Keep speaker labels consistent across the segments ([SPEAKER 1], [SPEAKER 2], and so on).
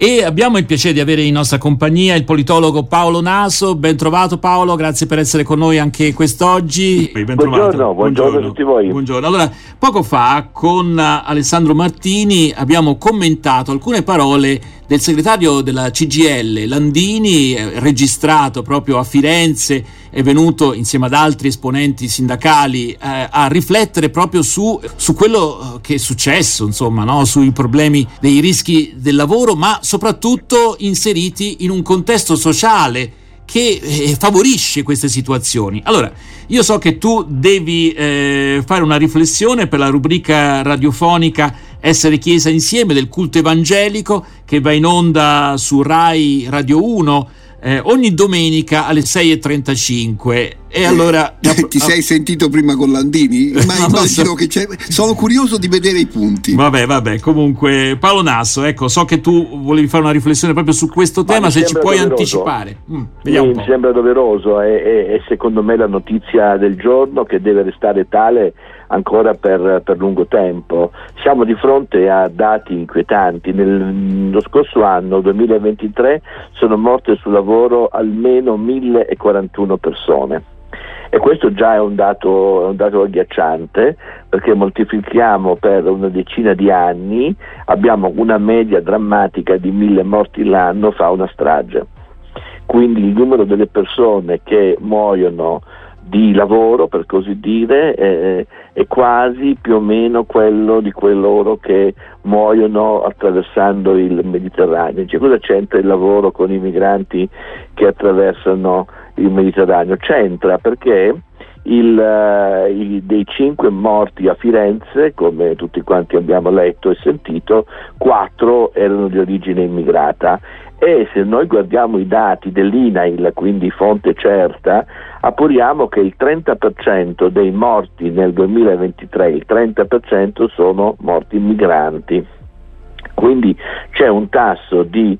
[SPEAKER 1] e abbiamo il piacere di avere in nostra compagnia il politologo Paolo Naso. Ben trovato Paolo, grazie per essere con noi anche quest'oggi.
[SPEAKER 2] Buongiorno a tutti voi.
[SPEAKER 1] Buongiorno. Allora, poco fa con Alessandro Martini abbiamo commentato alcune parole del segretario della CGIL Landini, registrato proprio a Firenze, è venuto insieme ad altri esponenti sindacali a riflettere proprio su quello che è successo, insomma, no? Sui problemi dei rischi del lavoro, ma soprattutto inseriti in un contesto sociale che favorisce queste situazioni. Allora, io so che tu devi fare una riflessione per la rubrica radiofonica Essere Chiesa Insieme del culto evangelico, che va in onda su Rai Radio 1 ogni domenica alle 6:35. E allora
[SPEAKER 3] ti sei sentito prima con Landini? Ma immagino che sono curioso di vedere i punti.
[SPEAKER 1] Vabbè, comunque Paolo Naso, ecco, so che tu volevi fare una riflessione proprio su questo tema, se ci puoi anticipare.
[SPEAKER 2] Vediamo un po'. Mi sembra doveroso, è secondo me la notizia del giorno, che deve restare tale ancora per lungo tempo. Siamo di fronte a dati inquietanti. Lo scorso anno, 2023, sono morte sul lavoro almeno 1041 persone. E questo già è un dato agghiacciante, perché moltiplichiamo per una decina di anni, abbiamo una media drammatica di 1000 morti l'anno, fa una strage. Quindi il numero delle persone che muoiono di lavoro, per così dire, è quasi più o meno quello di coloro che muoiono attraversando il Mediterraneo. Cioè, cosa c'entra il lavoro con i migranti che attraversano il Mediterraneo? C'entra perché dei 5 morti a Firenze, come tutti quanti abbiamo letto e sentito, 4 erano di origine immigrata. E se noi guardiamo i dati dell'INAIL, quindi fonte certa, appuriamo che il 30% dei morti nel 2023, il 30% sono morti migranti. Quindi c'è un tasso di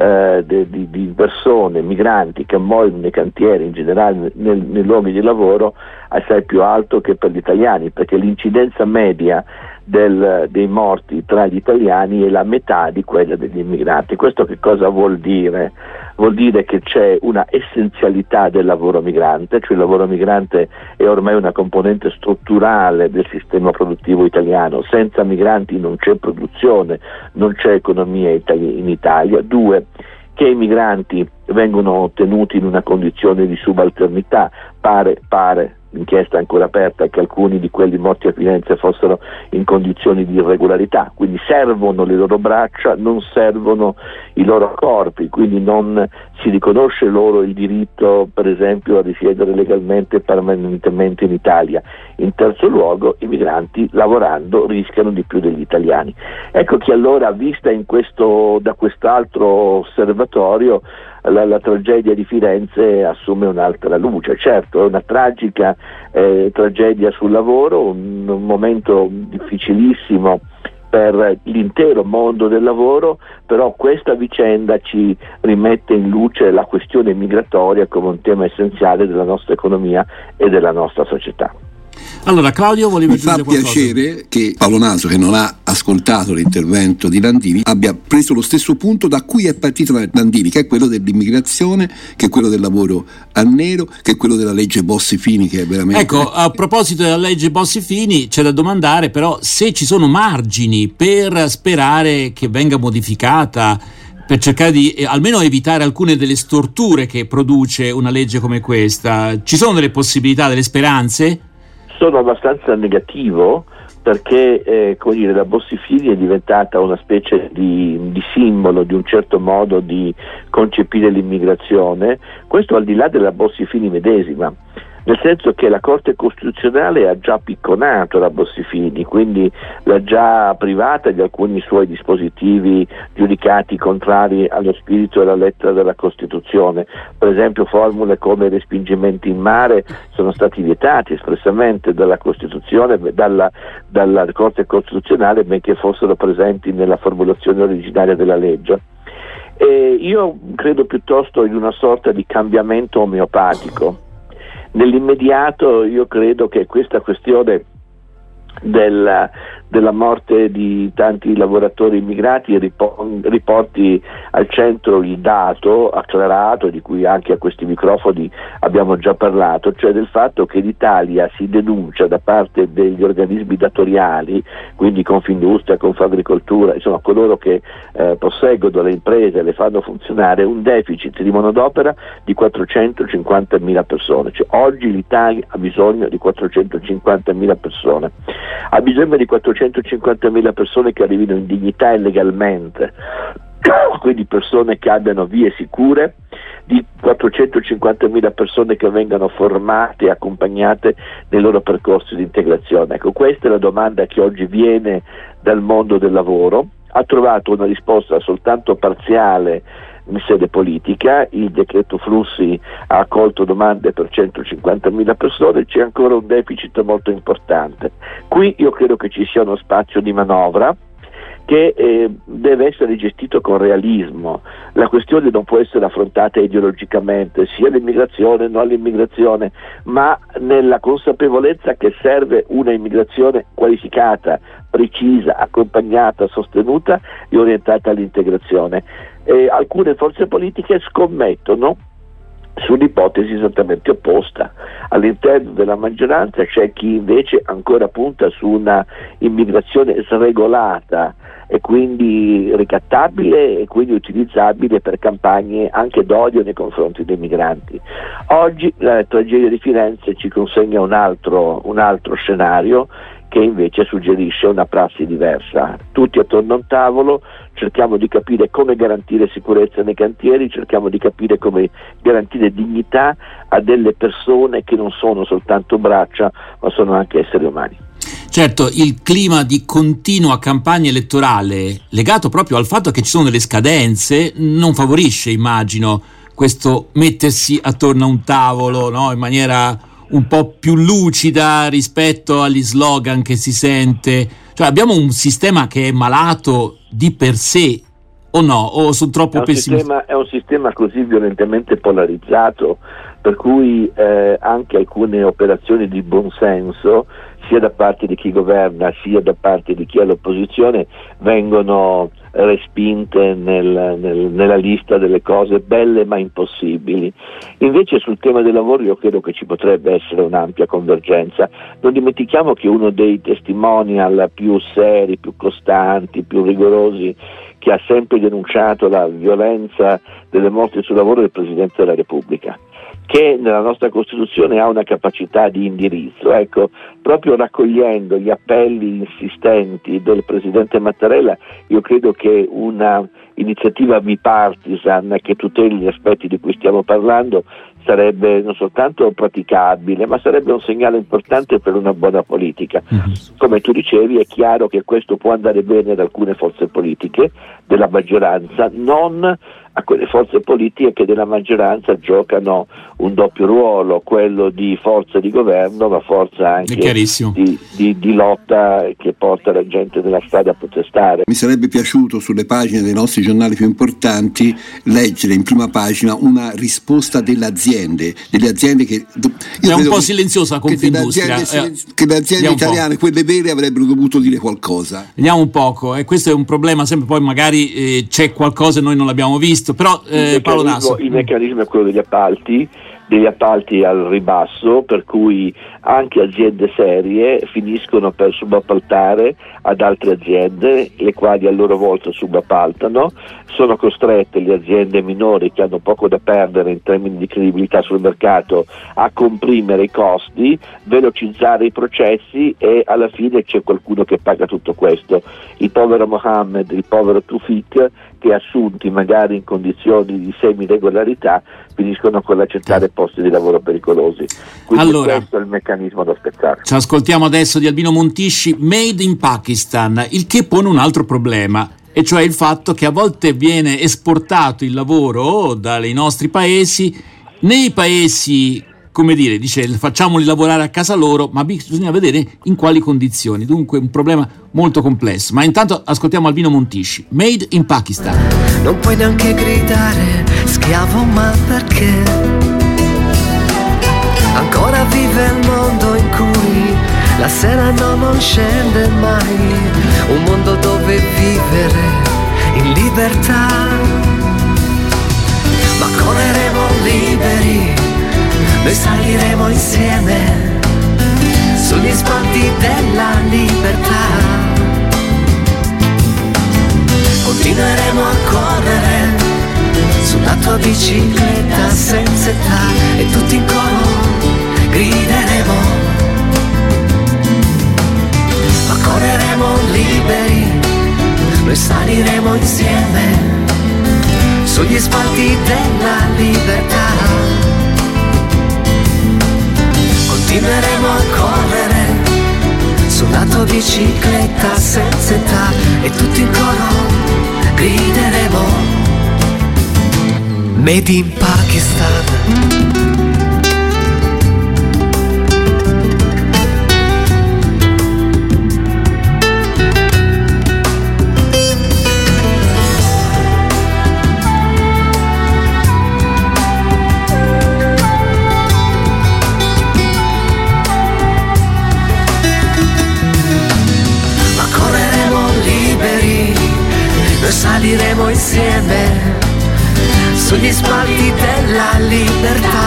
[SPEAKER 2] persone migranti che muoiono nei cantieri, in generale nei luoghi di lavoro, assai più alto che per gli italiani, perché l'incidenza media dei morti tra gli italiani è la metà di quella degli immigrati. Questo che cosa vuol dire? Vuol dire che c'è una essenzialità del lavoro migrante, cioè il lavoro migrante è ormai una componente strutturale del sistema produttivo italiano. Senza migranti non c'è produzione, non c'è economia in Italia. 2, che i migranti vengono tenuti in una condizione di subalternità, pare, l'inchiesta è ancora aperta, che alcuni di quelli morti a Firenze fossero in condizioni di irregolarità, quindi servono le loro braccia, non servono i loro corpi, quindi non si riconosce loro il diritto, per esempio, a risiedere legalmente e permanentemente in Italia. In terzo luogo, i migranti lavorando rischiano di più degli italiani. Ecco che allora, vista da quest'altro osservatorio, la tragedia di Firenze assume un'altra luce. Certo, è una tragica tragedia sul lavoro, un momento difficilissimo per l'intero mondo del lavoro, però questa vicenda ci rimette in luce la questione migratoria come un tema essenziale della nostra economia e della nostra società.
[SPEAKER 1] Allora, Claudio, volevi aggiungere qualcosa?
[SPEAKER 3] Mi fa piacere che Paolo Naso, che non ha ascoltato l'intervento di Landini, abbia preso lo stesso punto da cui è partito Landini, che è quello dell'immigrazione, che è quello del lavoro a nero, che è quello della legge Bossi-Fini, che è veramente...
[SPEAKER 1] Ecco, a proposito della legge Bossi-Fini, c'è da domandare però se ci sono margini per sperare che venga modificata, per cercare di almeno evitare alcune delle storture che produce una legge come questa. Ci sono delle possibilità, delle speranze?
[SPEAKER 2] Sono abbastanza negativo, perché la Bossi-Fini è diventata una specie di simbolo di un certo modo di concepire l'immigrazione, questo al di là della Bossi-Fini medesima, nel senso che la Corte Costituzionale ha già picconato la Bossi-Fini, quindi l'ha già privata di alcuni suoi dispositivi giudicati contrari allo spirito e alla lettera della Costituzione. Per esempio, formule come i respingimenti in mare sono stati vietati espressamente dalla Costituzione, dalla Corte Costituzionale, benché fossero presenti nella formulazione originaria della legge. E io credo piuttosto in una sorta di cambiamento omeopatico. Nell'immediato io credo che questa questione del della morte di tanti lavoratori immigrati riporti al centro il dato acclarato, di cui anche a questi microfoni abbiamo già parlato, cioè del fatto che l'Italia si denuncia da parte degli organismi datoriali, quindi Confindustria, Confagricoltura, insomma coloro che posseggono le imprese e le fanno funzionare, un deficit di manodopera di 450.000 persone. Cioè, oggi l'Italia ha bisogno di 450.000 persone, ha bisogno di 450.000 persone che arrivino in dignità e legalmente, quindi persone che abbiano vie sicure, di 450.000 persone che vengano formate e accompagnate nei loro percorsi di integrazione. Ecco, questa è la domanda che oggi viene dal mondo del lavoro. Ha trovato una risposta soltanto parziale in sede politica, il decreto flussi ha accolto domande per 150.000 persone, c'è ancora un deficit molto importante. Qui io credo che ci sia uno spazio di manovra che deve essere gestito con realismo. La questione non può essere affrontata ideologicamente, sia l'immigrazione, no all'immigrazione, ma nella consapevolezza che serve una immigrazione qualificata, precisa, accompagnata, sostenuta e orientata all'integrazione. Alcune forze politiche scommettono sull'ipotesi esattamente opposta. All'interno della maggioranza c'è chi invece ancora punta su una immigrazione sregolata e quindi ricattabile e quindi utilizzabile per campagne anche d'odio nei confronti dei migranti. Oggi la tragedia di Firenze ci consegna un altro scenario che invece suggerisce una prassi diversa. Tutti attorno a un tavolo cerchiamo di capire come garantire sicurezza nei cantieri, cerchiamo di capire come garantire dignità a delle persone che non sono soltanto braccia, ma sono anche esseri umani.
[SPEAKER 1] Certo, il clima di continua campagna elettorale, legato proprio al fatto che ci sono delle scadenze, non favorisce, immagino, questo mettersi attorno a un tavolo, no, in maniera un po' più lucida rispetto agli slogan che si sente. Cioè abbiamo un sistema che è malato di per sé, o no? O sono troppo pessimista?
[SPEAKER 2] È un sistema così violentemente polarizzato per cui anche alcune operazioni di buonsenso, sia da parte di chi governa sia da parte di chi è all'opposizione, vengono respinte nella lista delle cose belle ma impossibili. Invece sul tema del lavoro io credo che ci potrebbe essere un'ampia convergenza. Non dimentichiamo che uno dei testimonial più seri, più costanti, più rigorosi, che ha sempre denunciato la violenza delle morti sul lavoro è il Presidente della Repubblica, che nella nostra Costituzione ha una capacità di indirizzo. Ecco, proprio raccogliendo gli appelli insistenti del Presidente Mattarella, io credo che una iniziativa bipartisan che tuteli gli aspetti di cui stiamo parlando sarebbe non soltanto praticabile, ma sarebbe un segnale importante per una buona politica. Come tu dicevi, è chiaro che questo può andare bene ad alcune forze politiche della maggioranza, non a quelle forze politiche che della maggioranza giocano un doppio ruolo, quello di forza di governo, ma forza anche di lotta che porta la gente nella strada a protestare.
[SPEAKER 3] Mi sarebbe piaciuto sulle pagine dei nostri giornali più importanti leggere in prima pagina una risposta delle aziende che
[SPEAKER 1] è un po' silenziosa Confindustria,
[SPEAKER 3] che le aziende italiane, quelle vere, avrebbero dovuto dire qualcosa.
[SPEAKER 1] Vediamo un poco, e questo è un problema sempre, poi magari c'è qualcosa e noi non l'abbiamo visto, però Paolo Nasso.
[SPEAKER 2] Il meccanismo è quello degli appalti al ribasso, per cui anche aziende serie finiscono per subappaltare ad altre aziende, le quali a loro volta subappaltano. Sono costrette le aziende minori, che hanno poco da perdere in termini di credibilità sul mercato, a comprimere i costi, velocizzare i processi, e alla fine c'è qualcuno che paga tutto questo: il povero Mohammed, il povero Tufik, che assunti magari in condizioni di semi-regolarità finiscono con l'accettare posti di lavoro pericolosi. Quindi questo è il meccanismo da spezzare.
[SPEAKER 1] Ci ascoltiamo adesso di Albino Montisci, Made in Pakistan, il che pone un altro problema, e cioè il fatto che a volte viene esportato il lavoro dai nostri paesi nei paesi, come dire, dice facciamoli lavorare a casa loro, ma bisogna vedere in quali condizioni. Dunque un problema molto complesso. Ma intanto ascoltiamo Albino Montisci, Made in Pakistan.
[SPEAKER 4] Non puoi neanche gridare schiavo, ma perché? Ancora vive il mondo in cui la sera non scende mai, un mondo dove vivere in libertà. Ma correremo liberi, noi saliremo insieme sugli spalti della libertà. Continueremo a correre sulla tua bicicletta senza età e tutti in coro grideremo. Ma correremo liberi, noi saliremo insieme sugli spalti della libertà. Continueremo a correre sulla tua bicicletta senza età e tutti in coro grideremo. Made in Pakistan. Saliremo insieme sugli spalti della libertà.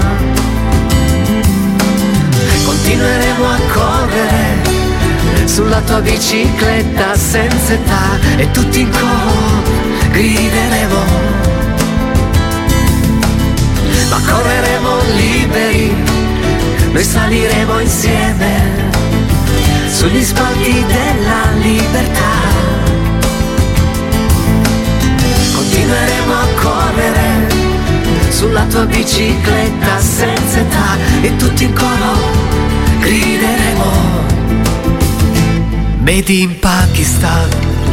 [SPEAKER 4] Continueremo a correre sulla tua bicicletta senza età e tutti in coro grideremo. Ma correremo liberi, noi saliremo insieme sugli spalti della libertà. Continueremo a correre sulla tua bicicletta senza età e tutti in coro grideremo. Made in Pakistan.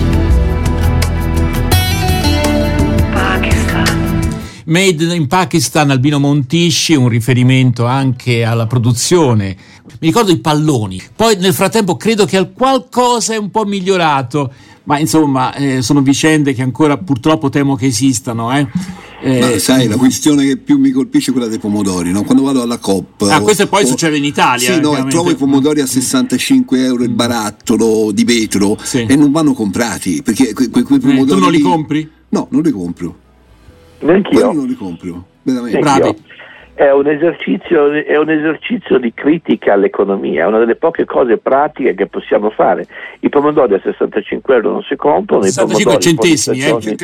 [SPEAKER 1] Made in Pakistan, Albino Montisci, un riferimento anche alla produzione. Mi ricordo i palloni, poi nel frattempo credo che qualcosa è un po' migliorato, ma insomma sono vicende che ancora purtroppo temo che esistano.
[SPEAKER 3] Ma sai, la questione che più mi colpisce è quella dei pomodori, no? Quando vado alla Coop
[SPEAKER 1] questo poi succede in Italia,
[SPEAKER 3] sì, no, e trovo i pomodori a 65 euro il barattolo di vetro, sì, e non vanno comprati perché quei pomodori
[SPEAKER 1] tu non li compri?
[SPEAKER 3] No, non li compro.
[SPEAKER 2] Neanch'io.
[SPEAKER 3] Non li compro, veramente.
[SPEAKER 1] Bravi.
[SPEAKER 2] È un esercizio di critica all'economia, è una delle poche cose pratiche che possiamo fare. I pomodori a 65 euro non si comprano,
[SPEAKER 1] 65 centesimi,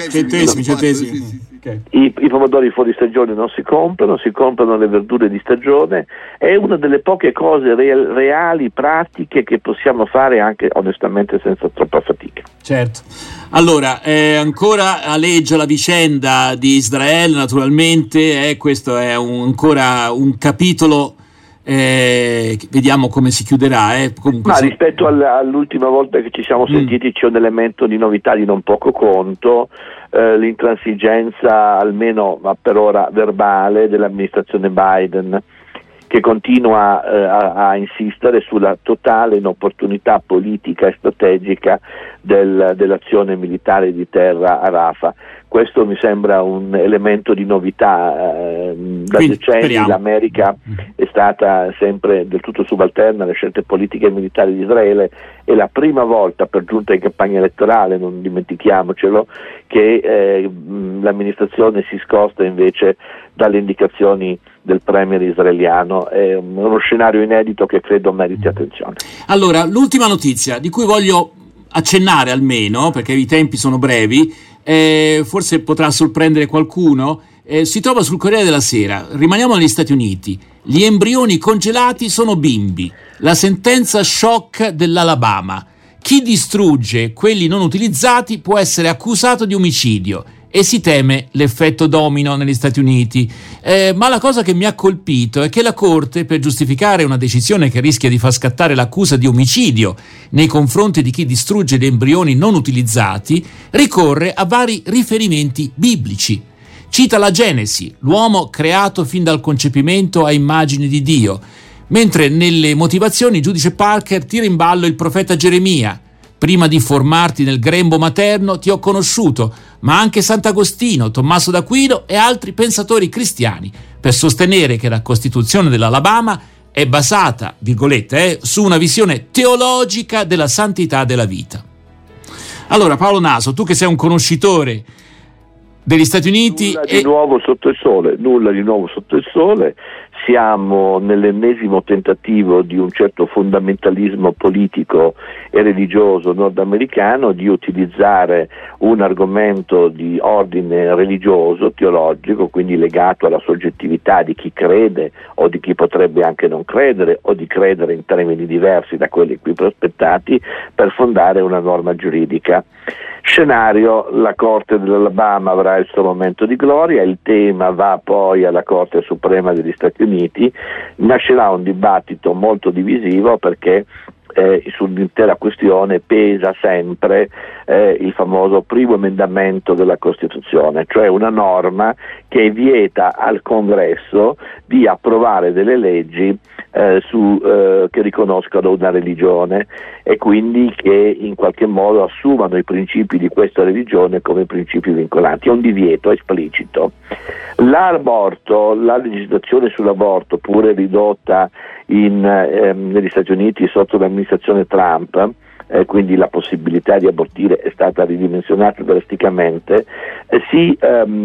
[SPEAKER 2] I pomodori fuori stagione non si comprano le verdure di stagione. È una delle poche cose reali, pratiche che possiamo fare anche onestamente senza troppa fatica.
[SPEAKER 1] Certo. Allora, ancora aleggia la vicenda di Israele, naturalmente, questo è ancora un capitolo, vediamo come si chiuderà. Comunque
[SPEAKER 2] ma rispetto all'ultima volta che ci siamo sentiti c'è un elemento di novità di non poco conto, l'intransigenza, almeno ma per ora verbale, dell'amministrazione Biden, che continua a insistere sulla totale inopportunità politica e strategica dell'azione militare di terra a Rafah. Questo mi sembra un elemento di novità. Da decenni l'America è stata sempre del tutto subalterna alle scelte politiche e militari di Israele. È la prima volta, per giunta in campagna elettorale, non dimentichiamocelo, che l'amministrazione si scosta invece dalle indicazioni del premier israeliano. È uno scenario inedito che credo meriti attenzione.
[SPEAKER 1] Allora, l'ultima notizia di cui voglio accennare almeno, perché i tempi sono brevi, forse potrà sorprendere qualcuno, si trova sul Corriere della Sera. Rimaniamo negli Stati Uniti. Gli embrioni congelati sono bimbi. La sentenza shock dell'Alabama. Chi distrugge quelli non utilizzati può essere accusato di omicidio. E si teme l'effetto domino negli Stati Uniti. Ma la cosa che mi ha colpito è che la Corte, per giustificare una decisione che rischia di far scattare l'accusa di omicidio nei confronti di chi distrugge gli embrioni non utilizzati, ricorre a vari riferimenti biblici. Cita la Genesi, l'uomo creato fin dal concepimento a immagine di Dio, mentre nelle motivazioni il giudice Parker tira in ballo il profeta Geremia. Prima di formarti nel grembo materno ti ho conosciuto, ma anche Sant'Agostino, Tommaso d'Aquino e altri pensatori cristiani, per sostenere che la Costituzione dell'Alabama è basata, virgolette, su una visione teologica della santità della vita. Allora, Paolo Naso, tu che sei un conoscitore degli Stati Uniti...
[SPEAKER 2] Nulla di nuovo sotto il sole, siamo nell'ennesimo tentativo di un certo fondamentalismo politico e religioso nordamericano di utilizzare un argomento di ordine religioso, teologico, quindi legato alla soggettività di chi crede o di chi potrebbe anche non credere o di credere in termini diversi da quelli qui prospettati, per fondare una norma giuridica. Scenario: la Corte dell'Alabama avrà il suo momento di gloria, il tema va poi alla Corte Suprema degli Stati Uniti, nascerà un dibattito molto divisivo perché sull'intera questione pesa sempre il famoso primo emendamento della Costituzione, cioè una norma che vieta al Congresso di approvare delle leggi che riconoscano una religione e quindi che in qualche modo assumano i principi di questa religione come principi vincolanti. È un divieto esplicito. La legislazione sull'aborto, pure ridotta negli Stati Uniti sotto l'amministrazione Trump, quindi la possibilità di abortire è stata ridimensionata drasticamente, si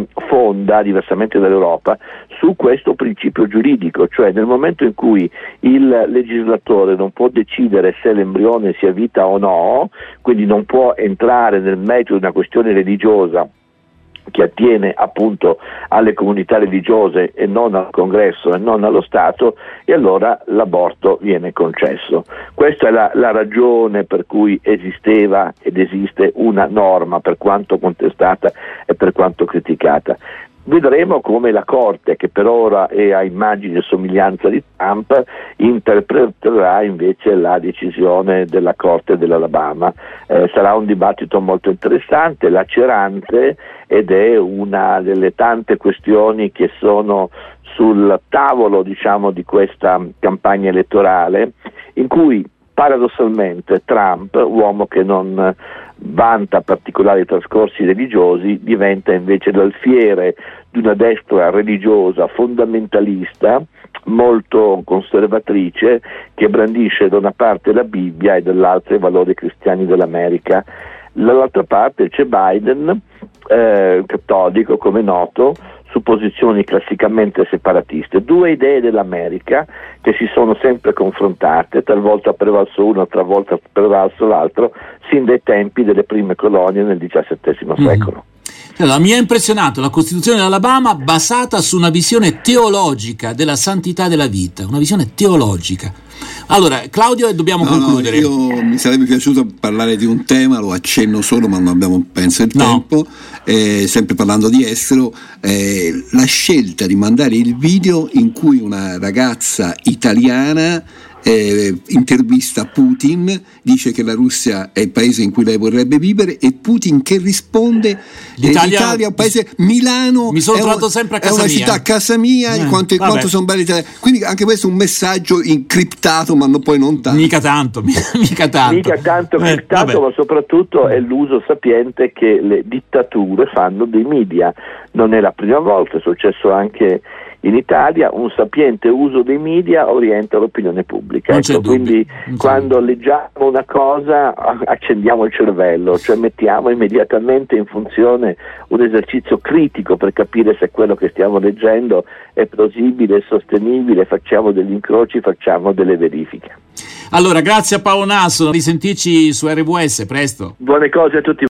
[SPEAKER 2] fonda, diversamente dall'Europa, su questo principio giuridico, cioè nel momento in cui il legislatore non può decidere se l'embrione sia vita o no, quindi non può entrare nel merito di una questione religiosa che attiene appunto alle comunità religiose e non al Congresso e non allo Stato, e allora l'aborto viene concesso. Questa è la ragione per cui esisteva ed esiste una norma, per quanto contestata e per quanto criticata. Vedremo come la Corte, che per ora è a immagine e somiglianza di Trump, interpreterà invece la decisione della Corte dell'Alabama. Sarà un dibattito molto interessante, lacerante, ed è una delle tante questioni che sono sul tavolo, diciamo, di questa campagna elettorale, in cui paradossalmente Trump, uomo che non vanta particolari trascorsi religiosi, diventa invece l'alfiere di una destra religiosa fondamentalista, molto conservatrice, che brandisce da una parte la Bibbia e dall'altra i valori cristiani dell'America. Dall'altra parte c'è Biden, cattolico come noto, su posizioni classicamente separatiste, due idee dell'America che si sono sempre confrontate, talvolta prevalso uno, talvolta prevalso l'altro, sin dai tempi delle prime colonie nel XVII secolo.
[SPEAKER 1] Allora, mi ha impressionato la Costituzione dell'Alabama basata su una visione teologica della santità della vita, una visione teologica. Allora, Claudio, dobbiamo concludere.
[SPEAKER 3] Mi sarebbe piaciuto parlare di un tema, lo accenno solo, ma non abbiamo, penso, il tempo. Sempre parlando di estero, la scelta di mandare il video in cui una ragazza italiana intervista Putin, dice che la Russia è il paese in cui lei vorrebbe vivere, e Putin che risponde: l'Italia è un paese, Milano
[SPEAKER 1] mi sono trovato sempre a casa
[SPEAKER 3] è una
[SPEAKER 1] mia.
[SPEAKER 3] Città a casa mia, quanto sono belli italiani. Quindi anche questo è un messaggio incriptato, ma poi non tanto.
[SPEAKER 1] Mica tanto
[SPEAKER 2] criptato, ma soprattutto è l'uso sapiente che le dittature fanno dei media. Non è la prima volta, è successo anche in Italia. Un sapiente uso dei media orienta l'opinione pubblica. Ecco, quindi quando leggiamo una cosa accendiamo il cervello, cioè mettiamo immediatamente in funzione un esercizio critico per capire se quello che stiamo leggendo è plausibile, è sostenibile, facciamo degli incroci, facciamo delle verifiche.
[SPEAKER 1] Allora, grazie a Paolo Naso, risentirci su RWS, presto.
[SPEAKER 2] Buone cose a tutti.